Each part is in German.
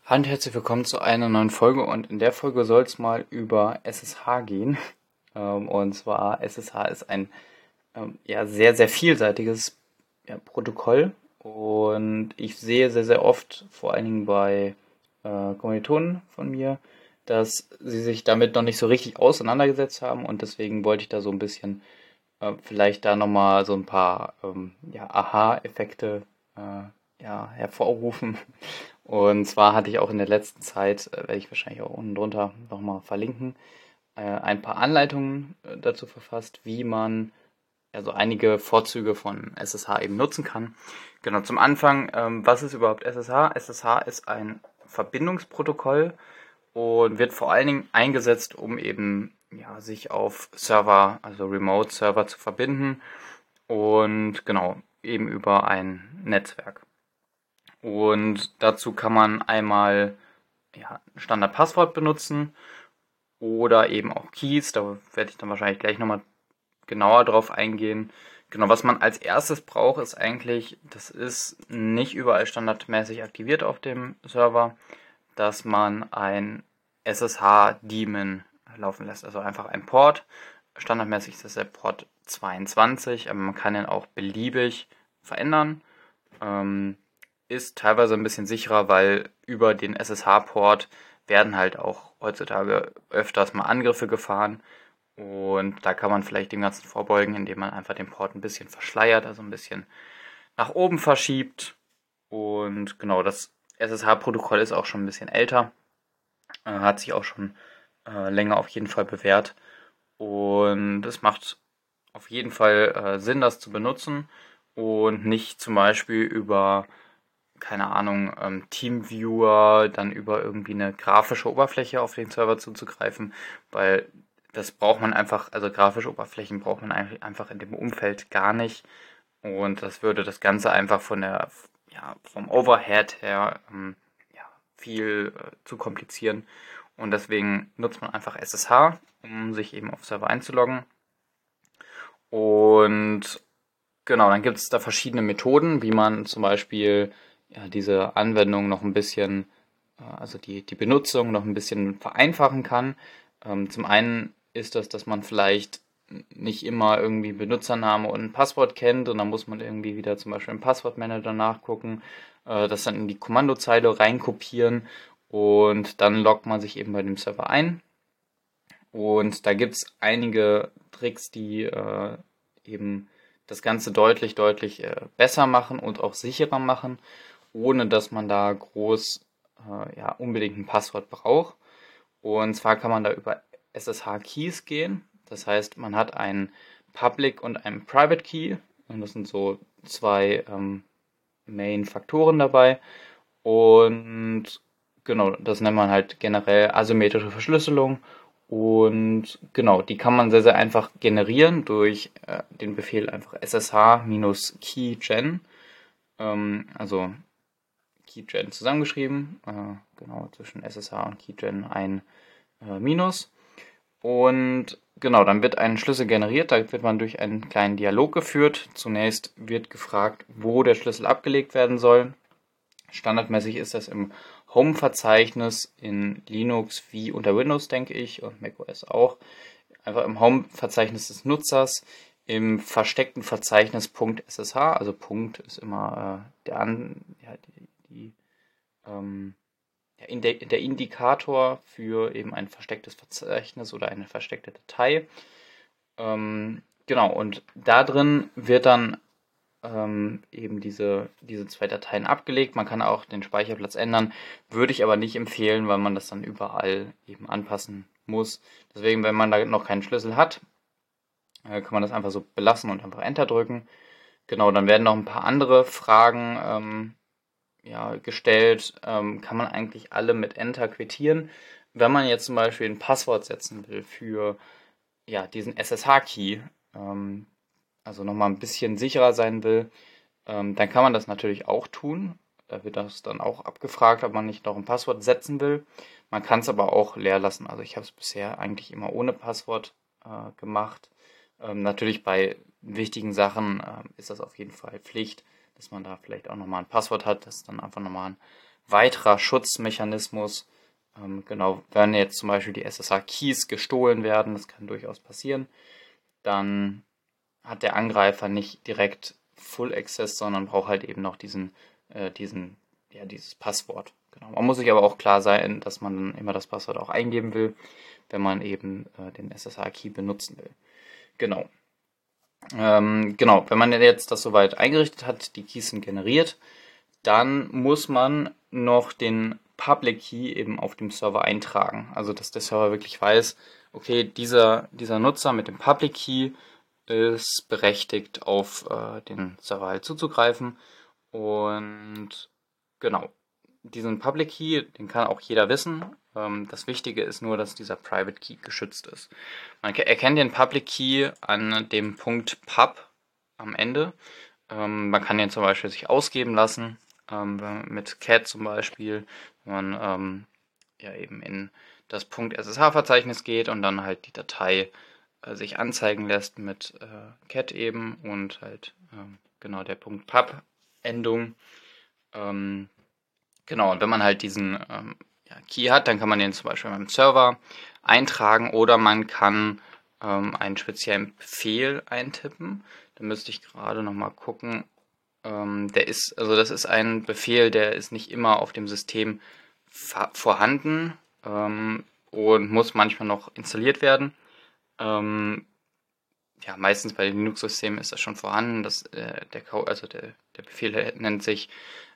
Hallo und herzlich willkommen zu einer neuen Folge und in der Folge soll es mal über SSH gehen. Und zwar SSH ist ein ja, sehr, sehr vielseitiges Protokoll und ich sehe sehr, sehr oft, vor allen Dingen bei Kommilitonen von mir, dass sie sich damit noch nicht so richtig auseinandergesetzt haben und deswegen wollte ich da so ein bisschen vielleicht da nochmal so ein paar Aha-Effekte hervorrufen. Und zwar hatte ich auch in der letzten Zeit, werde ich wahrscheinlich auch unten drunter nochmal verlinken, ein paar Anleitungen dazu verfasst, wie man so einige Vorzüge von SSH eben nutzen kann. Genau, zum Anfang, was ist überhaupt SSH? SSH ist ein Verbindungsprotokoll und wird vor allen Dingen eingesetzt, um eben sich auf Server, also Remote-Server zu verbinden und genau, eben über ein Netzwerk. Und dazu kann man einmal ein Standard-Passwort benutzen oder eben auch Keys. Da werde ich dann wahrscheinlich gleich nochmal genauer drauf eingehen. Genau, was man als erstes braucht, ist eigentlich, das ist nicht überall standardmäßig aktiviert auf dem Server, dass man ein SSH-Daemon laufen lässt. Also einfach ein Port. Standardmäßig ist das der Port 22, aber man kann ihn auch beliebig verändern. Ähm, Ist teilweise ein bisschen sicherer, weil über den SSH-Port werden halt auch heutzutage öfters mal Angriffe gefahren. Und da kann man vielleicht dem Ganzen vorbeugen, indem man einfach den Port ein bisschen verschleiert, also ein bisschen nach oben verschiebt. Und genau, das SSH-Protokoll ist auch schon ein bisschen älter, hat sich auch schon länger auf jeden Fall bewährt. Und es macht auf jeden Fall Sinn, das zu benutzen und nicht zum Beispiel über, keine Ahnung, Teamviewer, dann über irgendwie eine grafische Oberfläche auf den Server zuzugreifen, weil das braucht man einfach, also grafische Oberflächen braucht man einfach in dem Umfeld gar nicht. Und das würde das Ganze einfach vom Overhead her viel zu komplizieren. Und deswegen nutzt man einfach SSH, um sich eben auf Server einzuloggen. Und genau, dann gibt es da verschiedene Methoden, wie man zum Beispiel diese Anwendung noch ein bisschen, also die Benutzung noch ein bisschen vereinfachen kann. Zum einen ist das, dass man vielleicht nicht immer irgendwie Benutzername und ein Passwort kennt und dann muss man irgendwie wieder zum Beispiel im Passwortmanager nachgucken, das dann in die Kommandozeile reinkopieren und dann loggt man sich eben bei dem Server ein. Und da gibt es einige Tricks, die eben das Ganze deutlich, deutlich besser machen und auch sicherer machen, ohne dass man da groß unbedingt ein Passwort braucht. Und zwar kann man da über SSH-Keys gehen. Das heißt, man hat einen Public und einen Private Key. Und das sind so zwei Main-Faktoren dabei. Und genau, das nennt man halt generell asymmetrische Verschlüsselung. Und genau, die kann man sehr, sehr einfach generieren durch den Befehl einfach ssh-keygen. Also Keygen zusammengeschrieben. Genau, zwischen SSH und Keygen ein Minus. Und genau, dann wird ein Schlüssel generiert. Da wird man durch einen kleinen Dialog geführt. Zunächst wird gefragt, wo der Schlüssel abgelegt werden soll. Standardmäßig ist das im Home-Verzeichnis in Linux wie unter Windows, denke ich, und macOS auch. Einfach im Home-Verzeichnis des Nutzers im versteckten Verzeichnis .ssh, also Punkt ist immer ähm, der Indikator für eben ein verstecktes Verzeichnis oder eine versteckte Datei. Genau, und da drin wird dann eben diese zwei Dateien abgelegt. Man kann auch den Speicherplatz ändern, würde ich aber nicht empfehlen, weil man das dann überall eben anpassen muss. Deswegen, wenn man da noch keinen Schlüssel hat, kann man das einfach so belassen und einfach Enter drücken. Genau, dann werden noch ein paar andere Fragen gestellt. Kann man eigentlich alle mit Enter quittieren? Wenn man jetzt zum Beispiel ein Passwort setzen will für diesen SSH-Key, also nochmal ein bisschen sicherer sein will, dann kann man das natürlich auch tun. Da wird das dann auch abgefragt, ob man nicht noch ein Passwort setzen will. Man kann es aber auch leer lassen. Also ich habe es bisher eigentlich immer ohne Passwort gemacht. Natürlich bei wichtigen Sachen ist das auf jeden Fall Pflicht, dass man da vielleicht auch nochmal ein Passwort hat, das dann einfach nochmal ein weiterer Schutzmechanismus. Genau, wenn jetzt zum Beispiel die SSH-Keys gestohlen werden, das kann durchaus passieren, dann hat der Angreifer nicht direkt Full Access, sondern braucht halt eben noch dieses Passwort. Genau. Man muss sich aber auch klar sein, dass man immer das Passwort auch eingeben will, wenn man eben den SSH-Key benutzen will. Genau. Genau, wenn man jetzt das soweit eingerichtet hat, die Keys sind generiert, dann muss man noch den Public Key eben auf dem Server eintragen. Also, dass der Server wirklich weiß, okay, dieser Nutzer mit dem Public Key ist berechtigt, auf den Server halt zuzugreifen. Und genau, diesen Public Key, den kann auch jeder wissen. Das Wichtige ist nur, dass dieser Private Key geschützt ist. Man erkennt den Public Key an dem Punkt Pub am Ende. Man kann den zum Beispiel sich ausgeben lassen, mit cat zum Beispiel, wenn man ja eben in das .ssh-Verzeichnis geht und dann halt die Datei sich anzeigen lässt mit cat eben und halt genau der .pub-Endung. Genau, und wenn man halt diesen Key hat, dann kann man den zum Beispiel beim Server eintragen oder man kann einen speziellen Befehl eintippen. Da müsste ich gerade nochmal gucken. Das ist ein Befehl, der ist nicht immer auf dem System vorhanden und muss manchmal noch installiert werden. Ja, meistens bei den Linux-Systemen ist das schon vorhanden. Der Befehl nennt sich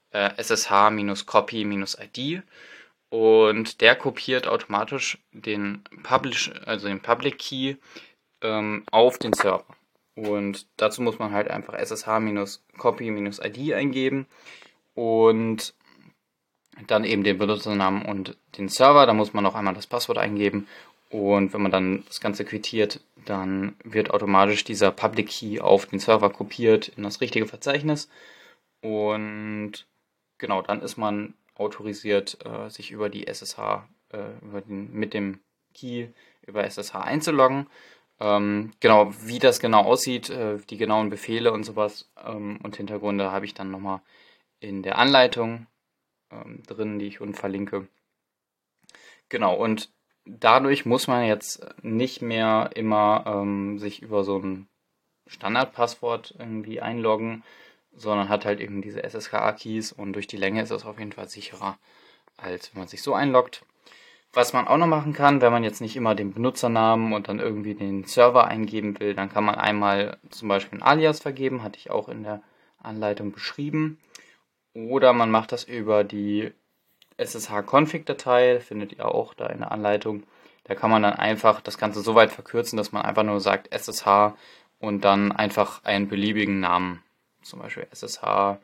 ssh-copy-id und der kopiert automatisch den Public Key auf den Server. Und dazu muss man halt einfach ssh-copy-id eingeben und dann eben den Benutzernamen und den Server. Da muss man noch einmal das Passwort eingeben. Und wenn man dann das Ganze quittiert, dann wird automatisch dieser Public Key auf den Server kopiert in das richtige Verzeichnis. Und genau, dann ist man autorisiert, sich über die SSH, mit dem Key über SSH einzuloggen. Genau, wie das genau aussieht, die genauen Befehle und sowas und Hintergründe habe ich dann nochmal in der Anleitung drin, die ich unten verlinke. Genau, und dadurch muss man jetzt nicht mehr immer sich über so ein Standardpasswort irgendwie einloggen, sondern hat halt eben diese SSH-Keys und durch die Länge ist das auf jeden Fall sicherer, als wenn man sich so einloggt. Was man auch noch machen kann, wenn man jetzt nicht immer den Benutzernamen und dann irgendwie den Server eingeben will, dann kann man einmal zum Beispiel ein Alias vergeben, hatte ich auch in der Anleitung beschrieben. Oder man macht das über die SSH-Config-Datei, findet ihr auch da in der Anleitung. Da kann man dann einfach das Ganze so weit verkürzen, dass man einfach nur sagt SSH und dann einfach einen beliebigen Namen, zum Beispiel SSH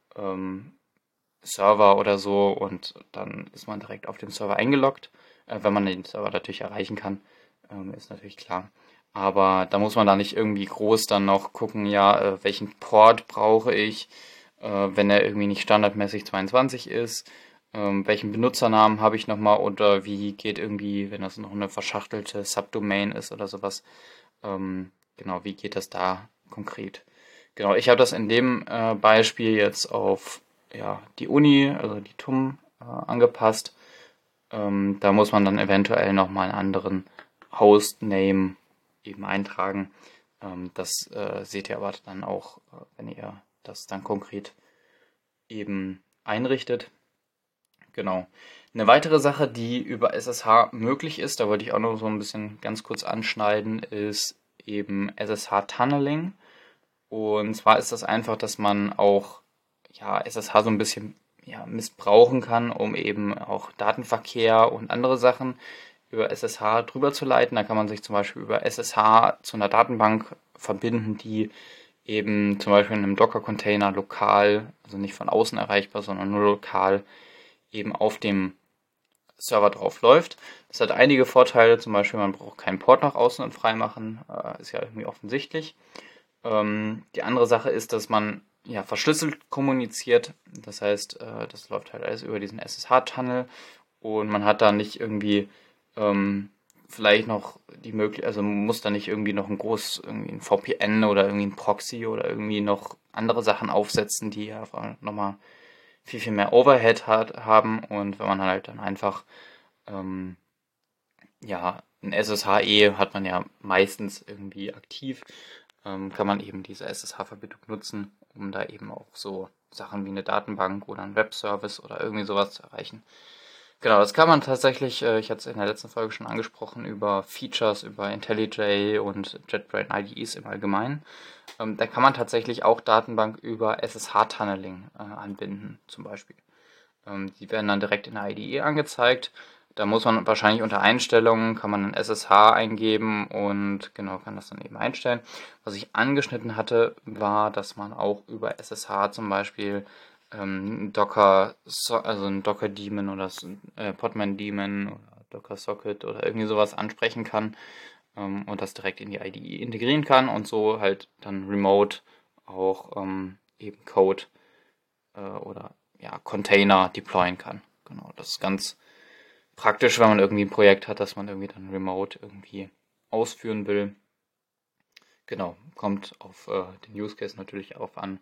Server oder so, und dann ist man direkt auf dem Server eingeloggt, wenn man den Server natürlich erreichen kann, ist natürlich klar. Aber da muss man da nicht irgendwie groß dann noch gucken, ja, welchen Port brauche ich, wenn er irgendwie nicht standardmäßig 22 ist, welchen Benutzernamen habe ich nochmal oder wie geht irgendwie, wenn das noch eine verschachtelte Subdomain ist oder sowas, genau, wie geht das da konkret? Genau, ich habe das in dem Beispiel jetzt auf die Uni, also die TUM, angepasst. Da muss man dann eventuell nochmal einen anderen Hostname eben eintragen. Das seht ihr aber dann auch, wenn ihr das dann konkret eben einrichtet. Genau. Eine weitere Sache, die über SSH möglich ist, da wollte ich auch noch so ein bisschen ganz kurz anschneiden, ist eben SSH-Tunneling. Und zwar ist das einfach, dass man auch SSH so ein bisschen missbrauchen kann, um eben auch Datenverkehr und andere Sachen über SSH drüber zu leiten. Da kann man sich zum Beispiel über SSH zu einer Datenbank verbinden, die eben zum Beispiel in einem Docker-Container lokal, also nicht von außen erreichbar, sondern nur lokal eben auf dem Server drauf läuft. Das hat einige Vorteile, zum Beispiel man braucht keinen Port nach außen und freimachen, ist ja irgendwie offensichtlich. Die andere Sache ist, dass man verschlüsselt kommuniziert. Das heißt, das läuft halt alles über diesen SSH-Tunnel und man hat da nicht irgendwie vielleicht noch die Möglichkeit, also muss da nicht irgendwie noch irgendwie ein VPN oder irgendwie ein Proxy oder irgendwie noch andere Sachen aufsetzen, die ja nochmal viel mehr Overhead haben, und wenn man halt dann einfach ja, ein SSH hat man ja meistens irgendwie aktiv, kann man eben diese SSH-Verbindung nutzen, um da eben auch so Sachen wie eine Datenbank oder einen Webservice oder irgendwie sowas zu erreichen. Genau, das kann man tatsächlich, ich hatte es in der letzten Folge schon angesprochen, über Features, über IntelliJ und JetBrains IDEs im Allgemeinen. Da kann man tatsächlich auch Datenbank über SSH-Tunneling anbinden, zum Beispiel. Die werden dann direkt in der IDE angezeigt. Da muss man wahrscheinlich unter Einstellungen, kann man ein SSH eingeben und genau, kann das dann eben einstellen. Was ich angeschnitten hatte, war, dass man auch über SSH zum Beispiel Docker, also ein Docker Daemon oder Podman Daemon oder Docker Socket oder irgendwie sowas ansprechen kann, und das direkt in die IDE integrieren kann und so halt dann remote auch eben Code oder ja, Container deployen kann. Genau, das ist ganz praktisch, wenn man irgendwie ein Projekt hat, das man irgendwie dann remote irgendwie ausführen will. Genau, kommt auf den Use Case natürlich auch an.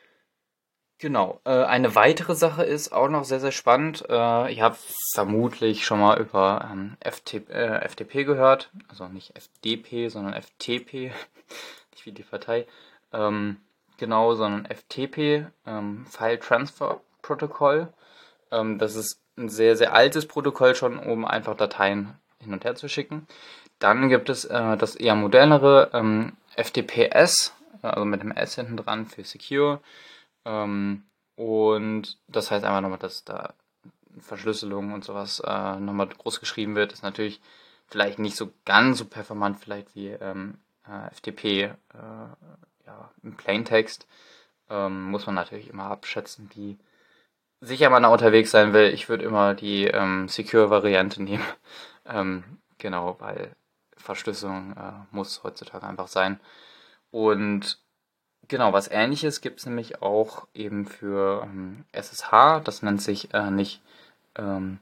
Genau, eine weitere Sache ist auch noch sehr, sehr spannend. Ihr habt vermutlich schon mal über FTP gehört. Also nicht FDP, sondern FTP. Nicht wie die Partei. Ähm, genau, sondern FTP, File Transfer Protocol. Das ist ein sehr, sehr altes Protokoll schon, um einfach Dateien hin und her zu schicken. Dann gibt es das eher modernere FTPS, also mit dem S hinten dran für Secure. Ähm, und das heißt einfach nochmal, dass da Verschlüsselung und sowas nochmal groß geschrieben wird. Ist natürlich vielleicht nicht so ganz so performant vielleicht wie FTP ja, im Plaintext. Muss man natürlich immer abschätzen, wie sicher man da unterwegs sein will. Ich würde immer die Secure-Variante nehmen. Genau, weil Verschlüsselung muss heutzutage einfach sein. Und genau, was Ähnliches gibt es nämlich auch eben für SSH. Das nennt sich nicht ähm,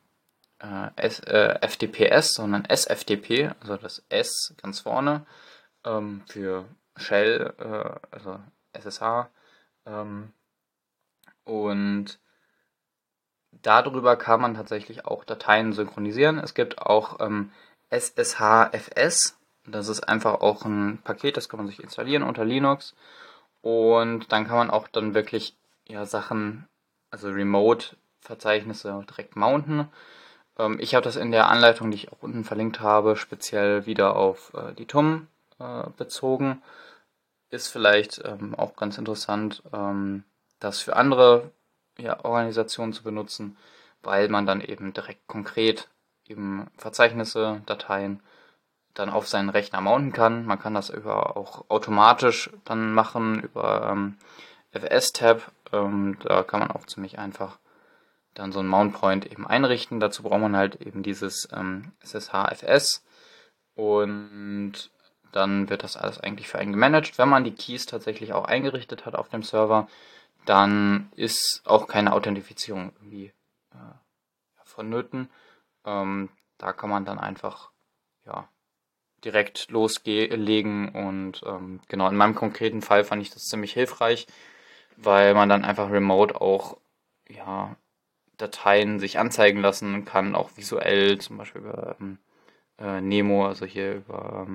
FTPS, sondern SFTP, also das S ganz vorne für Shell, also SSH. Ähm, und darüber kann man tatsächlich auch Dateien synchronisieren. Es gibt auch SSHFS. Das ist einfach auch ein Paket, das kann man sich installieren unter Linux. Und dann kann man auch dann wirklich ja, Sachen, also Remote-Verzeichnisse direkt mounten. Ich habe das in der Anleitung, die ich auch unten verlinkt habe, speziell wieder auf die TUM bezogen. Ist vielleicht auch ganz interessant, das für andere ja, Organisationen zu benutzen, weil man dann eben direkt konkret eben Verzeichnisse, Dateien dann auf seinen Rechner mounten kann. Man kann das über auch automatisch dann machen über FS-Tab. Da kann man auch ziemlich einfach dann so einen Mount Point eben einrichten. Dazu braucht man halt eben dieses SSH-FS und dann wird das alles eigentlich für einen gemanagt. Wenn man die Keys tatsächlich auch eingerichtet hat auf dem Server, dann ist auch keine Authentifizierung irgendwie vonnöten. Da kann man dann einfach ja, direkt loslegen und genau, in meinem konkreten Fall fand ich das ziemlich hilfreich, weil man dann einfach remote auch ja, Dateien sich anzeigen lassen kann, auch visuell, zum Beispiel über Nemo, also hier über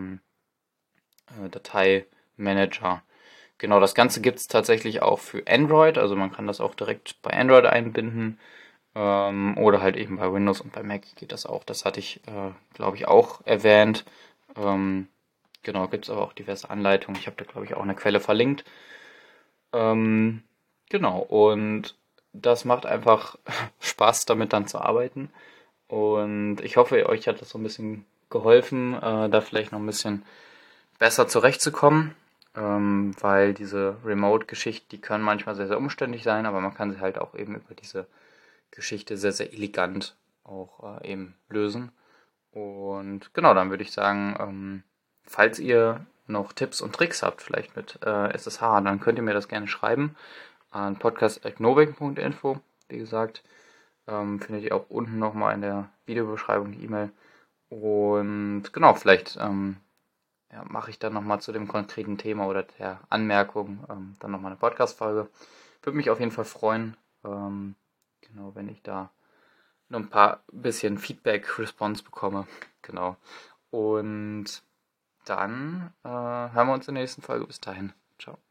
Dateimanager. Genau, das Ganze gibt es tatsächlich auch für Android, also man kann das auch direkt bei Android einbinden oder halt eben bei Windows und bei Mac geht das auch. Das hatte ich, glaube ich, auch erwähnt. Ähm, genau, gibt es aber auch diverse Anleitungen. Ich habe da, glaube ich, auch eine Quelle verlinkt. Ähm, genau, und das macht einfach Spaß, damit dann zu arbeiten. Und ich hoffe, euch hat das so ein bisschen geholfen, da vielleicht noch ein bisschen besser zurechtzukommen, weil diese Remote-Geschichten, die können manchmal sehr, sehr umständlich sein, aber man kann sie halt auch eben über diese Geschichte sehr, sehr elegant auch eben lösen. Und genau, dann würde ich sagen, falls ihr noch Tipps und Tricks habt, vielleicht mit SSH, dann könnt ihr mir das gerne schreiben an podcast.novik.info. Wie gesagt, findet ihr auch unten nochmal in der Videobeschreibung die E-Mail. Und genau, vielleicht ja, mache ich dann nochmal zu dem konkreten Thema oder der Anmerkung dann nochmal eine Podcast-Folge. Würde mich auf jeden Fall freuen. Genau, wenn ich da noch ein paar bisschen Feedback-Response bekomme. Genau. Und dann hören wir uns in der nächsten Folge. Bis dahin. Ciao.